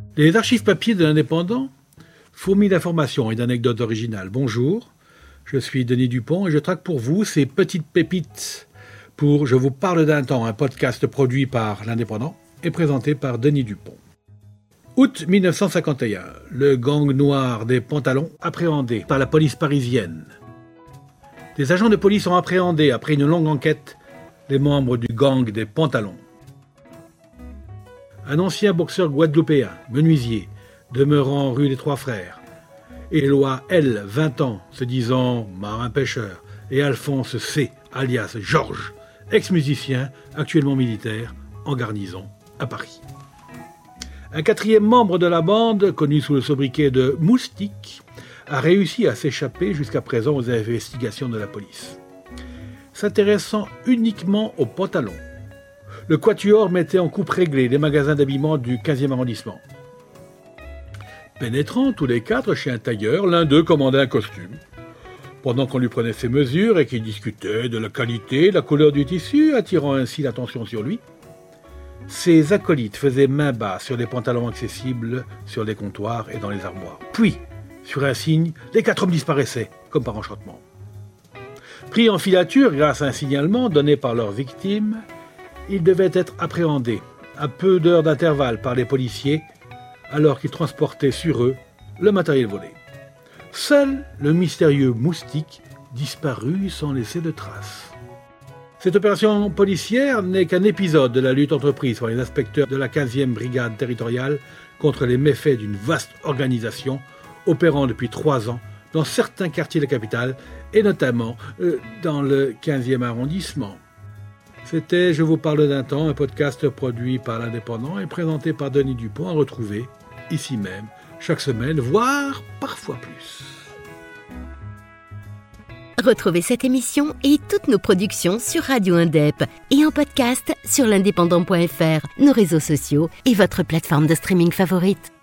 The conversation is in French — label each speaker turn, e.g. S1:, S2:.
S1: Les archives papier de l'Indépendant fourmillent d'informations et d'anecdotes originales. Bonjour, je suis Denis Dupont et je traque pour vous ces petites pépites pour Je vous parle d'un temps, un podcast produit par l'Indépendant et présenté par Denis Dupont. Août 1951, le gang noir des pantalons appréhendé par la police parisienne. Des agents de police ont appréhendé, après une longue enquête, les membres du gang des pantalons. Un ancien boxeur guadeloupéen, menuisier, demeurant rue des Trois Frères, Éloi L, 20 ans, se disant marin-pêcheur, et Alphonse C, alias Georges, ex-musicien, actuellement militaire, en garnison à Paris. Un quatrième membre de la bande, connu sous le sobriquet de Moustique, a réussi à s'échapper jusqu'à présent aux investigations de la police. S'intéressant uniquement aux pantalons, le quatuor mettait en coupe réglée les magasins d'habillement du 15e arrondissement. Pénétrant tous les quatre chez un tailleur, l'un d'eux commandait un costume. Pendant qu'on lui prenait ses mesures et qu'il discutait de la qualité et la couleur du tissu, attirant ainsi l'attention sur lui, ses acolytes faisaient main basse sur les pantalons accessibles sur les comptoirs et dans les armoires. Puis, sur un signe, les quatre hommes disparaissaient, comme par enchantement. Pris en filature grâce à un signalement donné par leur victime, ils devaient être appréhendés à peu d'heures d'intervalle par les policiers alors qu'ils transportaient sur eux le matériel volé. Seul le mystérieux Moustique disparut sans laisser de traces. Cette opération policière n'est qu'un épisode de la lutte entreprise par les inspecteurs de la 15e brigade territoriale contre les méfaits d'une vaste organisation opérant depuis 3 ans dans certains quartiers de la capitale et notamment dans le 15e arrondissement. C'était Je vous parle d'un temps, un podcast produit par l'Indépendant et présenté par Denis Dupont, à retrouver ici même chaque semaine, voire parfois plus.
S2: Retrouvez cette émission et toutes nos productions sur Radio Indep et en podcast sur l'indépendant.fr, nos réseaux sociaux et votre plateforme de streaming favorite.